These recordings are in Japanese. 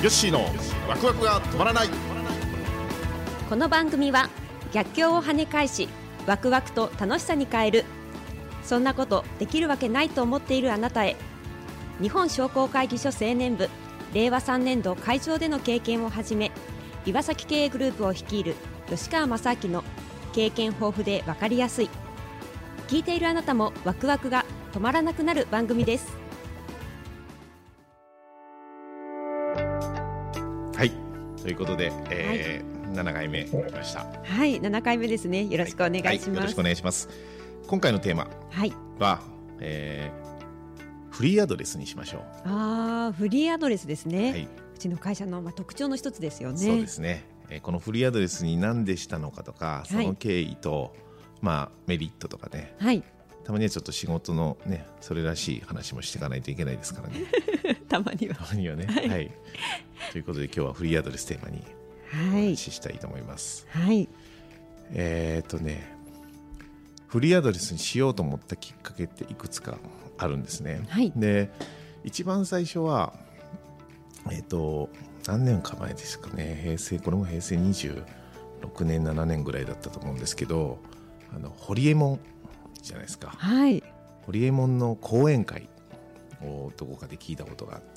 ヨッシーのワクワクが止まらない。 この番組は逆境を跳ね返しワクワクと楽しさに変える、そんなことできるわけないと思っているあなたへ、日本商工会議所青年部令和3年度会場での経験をはじめ、岩崎経営グループを率いる吉川正明の経験豊富で分かりやすい、聞いているあなたもワクワクが止まらなくなる番組です。 はい、ということで、7回目来ました。 はい、7回目ですね。よろしくお願いします。 はい、よろしくお願いします。今回のテーマは、フリーアドレスにしましょう。 フリーアドレスですね。 はい、 うちの会社の、特徴の一つですよね。 そうですね。このフリーアドレスに何でしたのかとか、その経緯と、メリットとかね、たまにはちょっと仕事のね、それらしい話もしていかないといけないですからね。 たまにはね、はい、ということで今日はフリーアドレステーマにお話ししたいと思います。 はい、 フリーアドレスにしようと思ったきっかけっていくつかあるんですね。 はい、 で一番最初は何年か前ですかね、これも平成26年7年ぐらいだったと思うんですけど、ホリエモンじゃないですか。 はい、 ホリエモンの講演会をどこかで聞いたことがあって、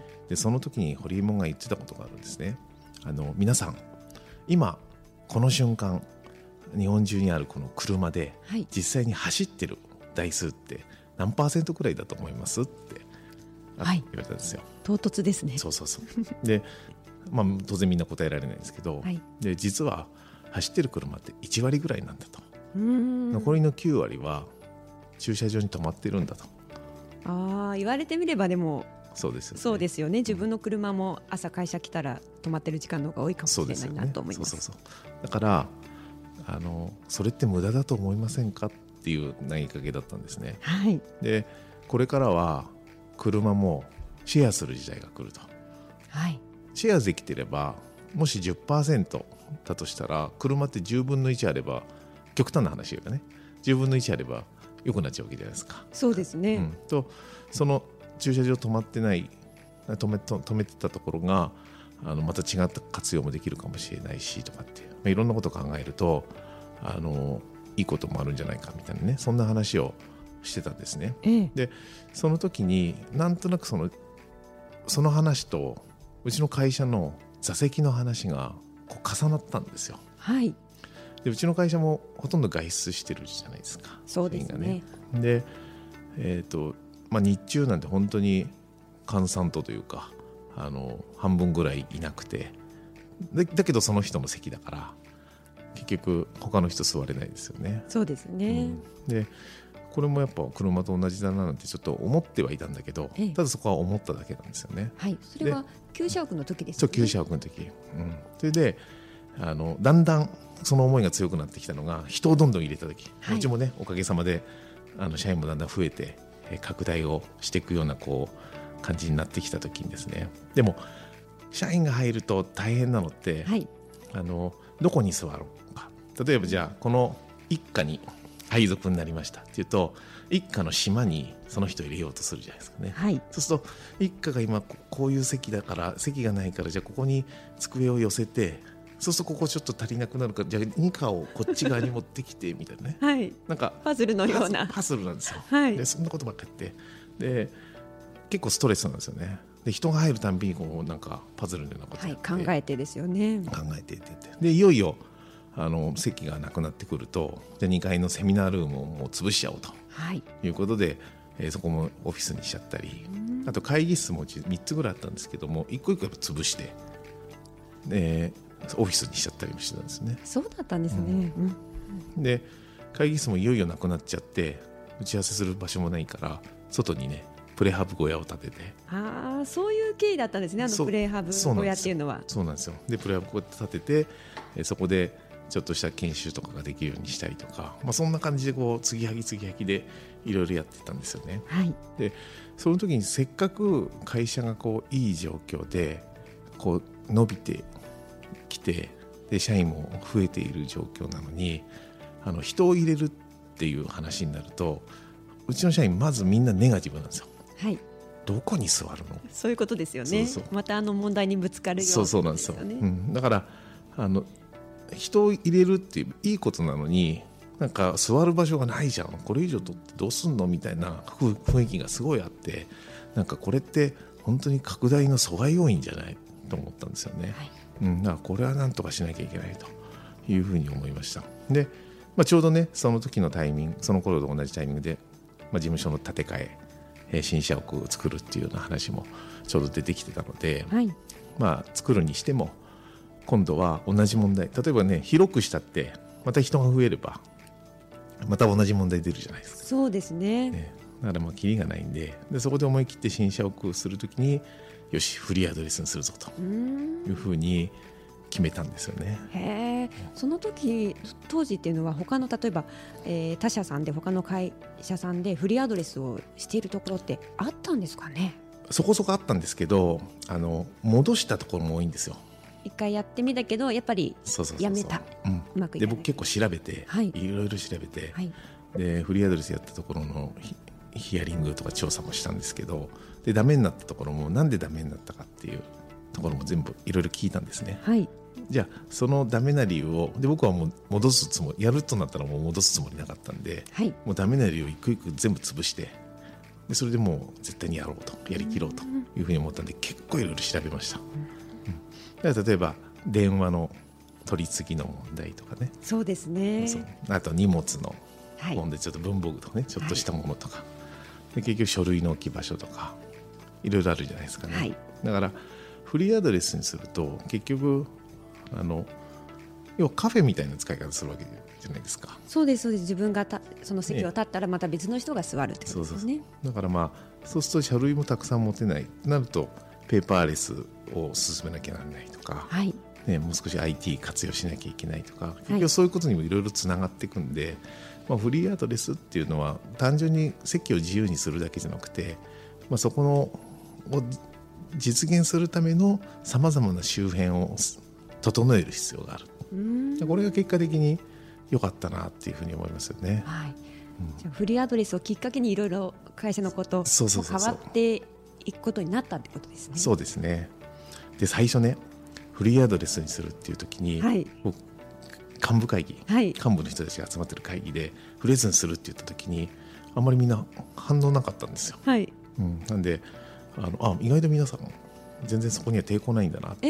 でその時にホリエモンが言ってたことがあるんですね。皆さん今この瞬間日本中にあるこの車で実際に走ってる台数って何%くらいだと思いますって言われたんですよ。 唐突ですね。 そうで、当然みんな答えられないんですけど、で実は走ってる車って1割ぐらいなんだと。残りの9割は駐車場に止まってるんだと。 言われてみればでもそうですよね。 そうですよね。自分の車も朝会社来たら止まってる時間の方が多いかもしれないなと思います。 そうだからそれって無駄だと思いませんかっていう投げかけだったんですね。 はい、 でこれからは車もシェアする時代が来ると。 はい、 シェアできてればもし 10% だとしたら車って10分の1あれば、極端な話がね10分の1あれば良くなっちゃうわけじゃないですか。 そうですね。 とその駐車場止まってない止めてたところがまた違った活用もできるかもしれないしとかって、いろんなことを考えるといいこともあるんじゃないかみたいなね、そんな話をしてたんですね。でその時になんとなくその話とうちの会社の座席の話が重なったんですよ。 はい、 でうちの会社もほとんど外出してるじゃないですか。 そうですね。 で、日中なんて本当に閑散というか半分ぐらいいなくて、だけどその人の席だから結局他の人座れないですよね。 そうですね。 でこれもやっぱ車と同じだななんてちょっと思ってはいたんだけど、ただそこは思っただけなんですよね。 はい、それは旧社屋の時ですね。 そう旧社屋の時、それでだんだんその思いが強くなってきたのが人をどんどん入れた時、うちもねおかげさまで社員もだんだん増えて拡大をしていくような感じになってきた時にですね、でも社員が入ると大変なのって、どこに座ろうか。例えばじゃあこの一家に配属になりましたっていうと、一家の島にその人を入れようとするじゃないですかね。そうすると一家が今こういう席だから席がないから、じゃあここに机を寄せて、そうするとここちょっと足りなくなるから、じゃあ2家をこっち側に持ってきてみたいなね、なんかパズルのようなパズルなんですよ。でそんなことばっかり言って、で結構ストレスなんですよね。で人が入るたんびになんかパズルのようなことやって、 考えてですよね。 考えてって言って、でいよいよ席がなくなってくると、じゃあ2階のセミナールームをもう潰しちゃおうと、いうことで、そこもオフィスにしちゃったり、あと会議室も3つぐらいあったんですけども、1個1個やっぱ潰して、オフィスにしちゃったりもしてたんですね。 そうだったんですね。 で会議室もいよいよなくなっちゃって、打ち合わせする場所もないから外にねプレハブ小屋を建てて。 そういう経緯だったんですね。プレハブ小屋っていうのは。そうなんですよ。 でプレハブ小屋建てて、そこでちょっとした研修とかができるようにしたりとか、そんな感じで継ぎはぎでいろいろやってたんですよね。でその時にせっかく会社がいい状況で伸びてきて、で社員も増えている状況なのに、人を入れるっていう話になると、うちの社員まずみんなネガティブなんですよ。 どこに座るの。 そういうことですよね。 そうまた問題にぶつかるような、 そうなんですよ、だから人を入れるっていういいことなのに、なんか座る場所がないじゃん、これ以上取ってどうすんのみたいな雰囲気がすごいあって、なんかこれって本当に拡大の阻害要因じゃないと思ったんですよね、だからこれはなんとかしなきゃいけないというふうに思いました。で、ちょうどねその時のタイミング、その頃と同じタイミングで、事務所の建て替え、新社屋を作るっていうような話もちょうど出てきてたので、作るにしても今度は同じ問題、例えばね広くしたってまた人が増えればまた同じ問題出るじゃないですか。 そうですね。 だからキリがないんで、そこで思い切って新社屋をするときによしフリーアドレスにするぞというふうに決めたんですよね。 その当時っていうのは他の例えば、他社さんで他の会社さんでフリーアドレスをしているところってあったんですかね。 そこそこあったんですけど、戻したところも多いんですよ。 一回やってみたけどやっぱりやめた。うまくいかない。 で僕結構調べて、いろいろ調べて、でフリーアドレスやったところのヒアリングとか調査もしたんですけど、でダメになったところもなんでダメになったかっていうところも全部いろいろ聞いたんですね。じゃあそのダメな理由をで僕はもう戻すつもり、やるとなったらもう戻すつもりなかったんで、もうダメな理由を一個一個全部潰して、でそれでもう絶対にやろうと、やりきろうというふうに思ったんで、結構いろいろ調べました。だから例えば電話の取り次ぎの問題とかね。 そうですね。 あと荷物の問題、ちょっと文房具とかね、ちょっとしたものとか、で結局書類の置き場所とかいろいろあるじゃないですかね。だからフリーアドレスにすると結局要はカフェみたいな使い方するわけじゃないですか。 そうですそうです。自分がその席を立ったらまた別の人が座るってことですね。 だからそうすると書類もたくさん持てないとなるとペーパーレスを進めなきゃならないとか、もう少し IT 活用しなきゃいけないとか、結局そういうことにもいろいろつながっていくんで、フリーアドレスっていうのは単純に席を自由にするだけじゃなくて、そこのを実現するためのさまざまな周辺を整える必要がある。これが結果的に良かったなっていうふうに思いますよね。 じゃあフリーアドレスをきっかけにいろいろ会社のことも変わっていくことになったってことですね。 そうですね。で最初ねフリーアドレスにするっていう時に、僕幹部会議、幹部の人たちが集まってる会議でフレーズにするって言った時にあんまりみんな反応なかったんですよ。なんで意外と皆さん全然そこには抵抗ないんだなって、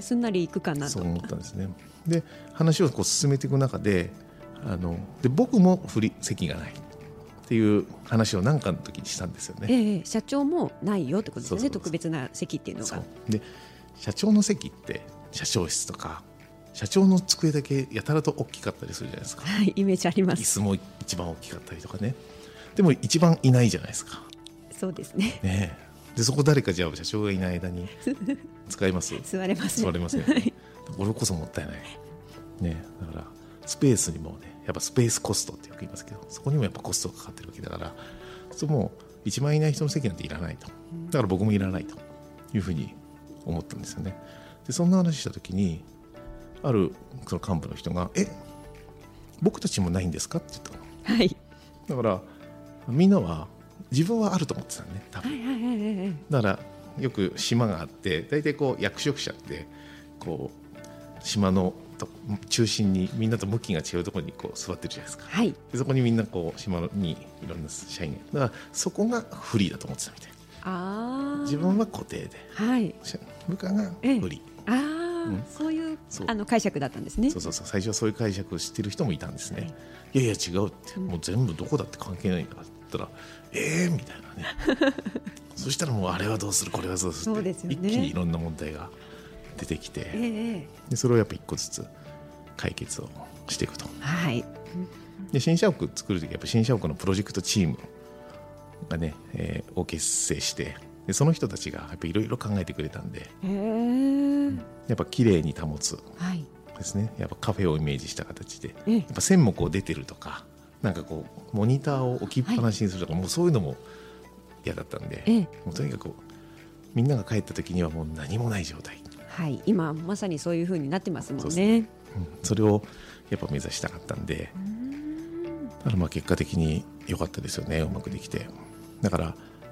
すんなりいくかなとそう思ったんですね。で話を進めていく中でで僕も席がないっていう話を何かの時にしたんですよね。 社長もないよってことですよね。特別な席っていうのが。 で社長の席って社長室とか社長の机だけやたらと大きかったりするじゃないですか。 イメージあります。 椅子も一番大きかったりとかね。でも一番いないじゃないですか。 そうですね。 でそこ誰かじゃあ社長がいない間に使います座れますね。 座れますよね。俺こそもったいない、だからスペースにもねやっぱスペースコストってよく言いますけど、そこにもやっぱコストがかかってるわけだから、もう一番いない人の席なんていらないと。だから僕もいらないというふうに思ったんですよね。でそんな話した時にあるその幹部の人が僕たちもないんですかって言ったの。だからみんなは自分はあると思ってたね多分。だからよく島があって大体こう役職者ってこう島の中心にみんなと向きが違うところにこう座ってるじゃないですか。でそこにみんなこう島にいろんな社員がだからそこがフリーだと思ってたみたい。自分は固定で、部下がフリー。 そういう解釈だったんですね。 そう最初はそういう解釈をしている人もいたんですね。いや違うって、もう全部どこだって関係ないんだって言ったらみたいなねそしたらもうあれはどうするこれはどうするって一気にいろんな問題が出てきて、でそれをやっぱ一個ずつ解決をしていくと。で新社屋作るときやっぱ新社屋のプロジェクトチームがね、を結成してでその人たちがやっぱいろいろ考えてくれたんで、やっぱ綺麗に保つですね。やっぱカフェをイメージした形で、やっぱ線もこう出てるとかなんかこうモニターを置きっぱなしにするとか、もうそういうのも嫌だったんで、もうとにかくみんなが帰った時にはもう何もない状態。 今まさにそういう風になってますもんね。 それをやっぱ目指したかったんで、だから結果的に良かったですよね。うまくできて。だから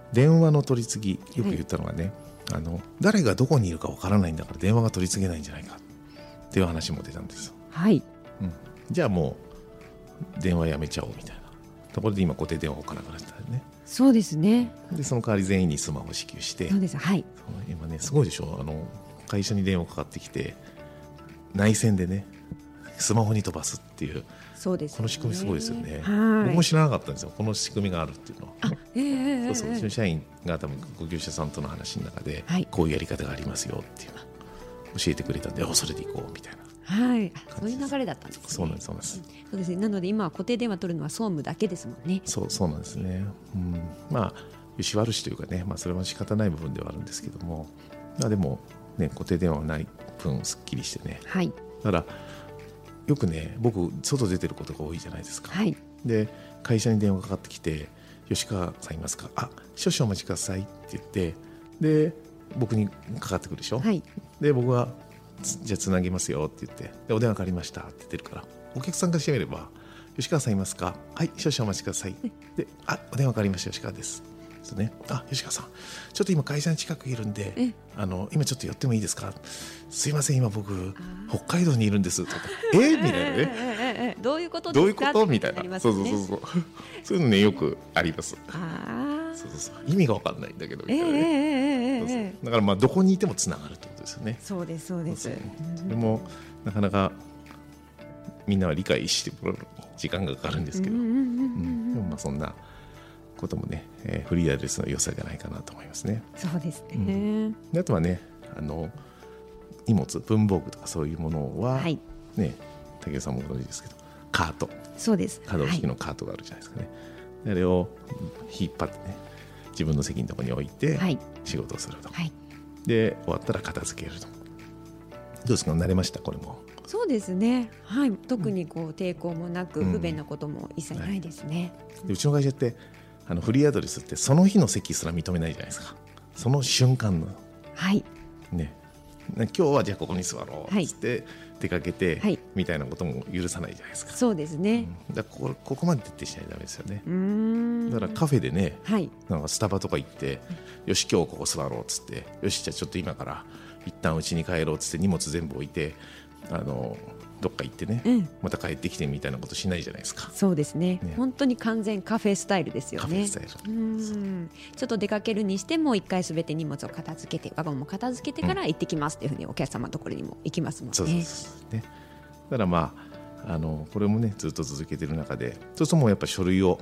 電話の取り次ぎよく言ったのがね、誰がどこにいるかわからないんだから電話が取り次げないんじゃないかっていう話も出たんですよ。 はい、 じゃあもう電話やめちゃおうみたいなところで今固定電話を置かなくなったね。 そうですね。 でその代わり全員にスマホを支給して、 そうです、はい、 今ねすごいでしょ、会社に電話かかってきて内線でねスマホに飛ばすっていう、 そうですね、 この仕組みすごいですよね。 はい、 僕も知らなかったんですよ、この仕組みがあるっていうのは。そうそう、うちの社員が多分ご業者さんとの話の中で、はい、こういうやり方がありますよっていうのを教えてくれたんで、それで行こうみたいな。 はい、そういう流れだったんですね。 そうなんです、そうなんです。 そうですね。なので今は固定電話取るのは総務だけですもんね。 そうなんですね。まあよし悪しというかね、それは仕方ない部分ではあるんですけども、でもね固定電話はない分すっきりしてね。はい。だからよくね僕外出てることが多いじゃないですか。はい。で会社に電話かかってきて、吉川さんいますか、少々お待ちくださいって言って、で僕にかかってくるでしょ。はい。で僕はじゃあつなぎますよって言って、でお電話かかりましたって言ってるから、お客さんからしてみれば、吉川さんいますか、はい少々お待ちくださいで、お電話かかりました、吉川ですね、吉川さんちょっと今会社の近くいるんで、今ちょっと寄ってもいいですか、すいません今僕北海道にいるんですとかみたいなねどういうことですか、 どういうことみたいな、そうそういうのねよくあります。そう意味が分かんないんだけどみたいなね。だからどこにいてもつながるってことですよね。そうですそうです。でもなかなかみんなは理解してもらうのに時間がかかるんですけど、でもそんなこともね、フリーアドレスの良さじゃないかなと思いますね。そうですね。あとはね荷物文房具とかそういうものは、ね竹内さんもご存知ですけどカート、そうです可動式のカートがあるじゃないですかね。あれを引っ張ってね自分の席のところに置いて仕事をすると、で終わったら片付けると。どうですか、慣れましたこれも。 そうですね、はい、特に抵抗もなく、不便なことも一切ないですね。 でうちの会社ってフリーアドレスってその日の席すら認めないじゃないですか。その瞬間の、ね、今日はじゃあここに座ろうっつって出かけて、みたいなことも許さないじゃないですか。そうですね、だからここまで徹底しないとダメですよね。だからカフェでね、なんかスタバとか行って、よし今日ここ座ろうっつって、よしじゃあちょっと今から一旦家に帰ろうっつって荷物全部置いてどっか行ってね、また帰ってきてみたいなことしないじゃないですか。そうですね、本当に完全カフェスタイルですよね。カフェスタイル、ちょっと出かけるにしても一回すべて荷物を片付けてワゴンも片付けてから行ってきますっていうふうにお客様のところにも行きますもんね。そうですね。だからこれもねずっと続けてる中で、そうするともうやっぱ書類を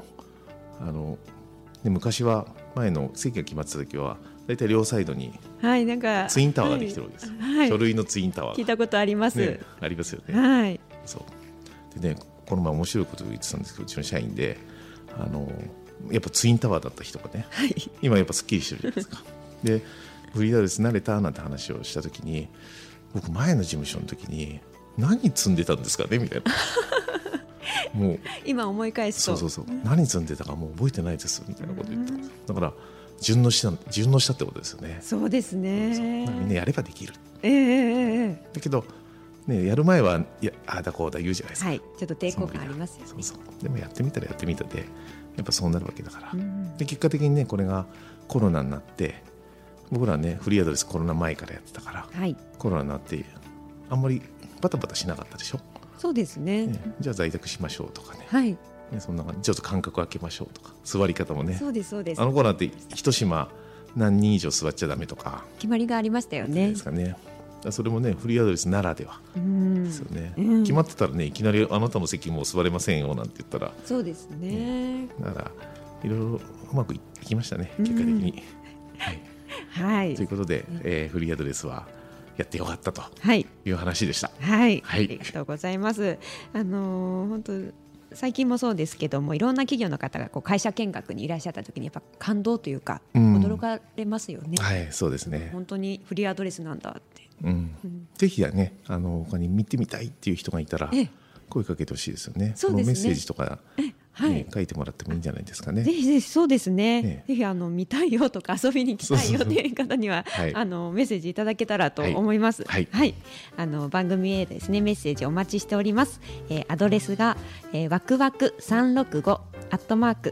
昔は前の席が決まってた時はだいたい両サイドになんかツインタワーができてるわけです、書類のツインタワー、聞いたことあります、ありますよね。そうでね、この前面白いことを言ってたんですけど、うちの社員でやっぱツインタワーだった人がね、今やっぱすっきりしてるじゃないですか。でフリーアドレス慣れたなんて話をした時に、僕前の事務所の時に何積んでたんですかねみたいなもう今思い返すと何積んでたかもう覚えてないですみたいなこと言ったんです。だから順応したってことですよね。そうですね。みんなやればできる。だけど、やる前はああだこうだ言うじゃないですか。ちょっと抵抗感ありますよね。でもやってみたらやっぱそうなるわけだから。で結果的にねこれがコロナになって、僕らねフリーアドレスコロナ前からやってたから、コロナになってあんまりバタバタしなかったでしょ。そうですね。じゃあ在宅しましょうとかね。そんな感じ、ちょっと間隔空けましょうとか、座り方もね、そうです頃なんて一島何人以上座っちゃダメとか決まりがありましたよね。ですかね。それもねフリーアドレスならではですよね。決まってたらねいきなりあなたの席もう座れませんよなんて言ったら、そうですね。だからいろいろうまくいきましたね結果的に。ということで、フリーアドレスはやってよかったという話でした。ありがとうございます。本当最近もそうですけども、いろんな企業の方が会社見学にいらっしゃった時にやっぱ感動というか、驚かれますよね。そうですね。本当にフリーアドレスなんだって。ぜひね他に見てみたいっていう人がいたら声かけてほしいですよね。メッセージとか書いてもらってもいいんじゃないですかね。ぜひぜひそうですね。ぜひ見たいよとか遊びに行きたいよという方にはメッセージいただけたらと思います。番組へですねメッセージお待ちしております。アドレスがワクワク365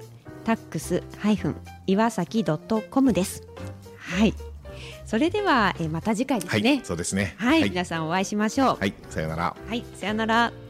tax-iwasaki.com です。はい。それではまた次回ですね。 はい、そうですね。 はい、皆さんお会いしましょう。 はい、さよなら。 はい、さよなら。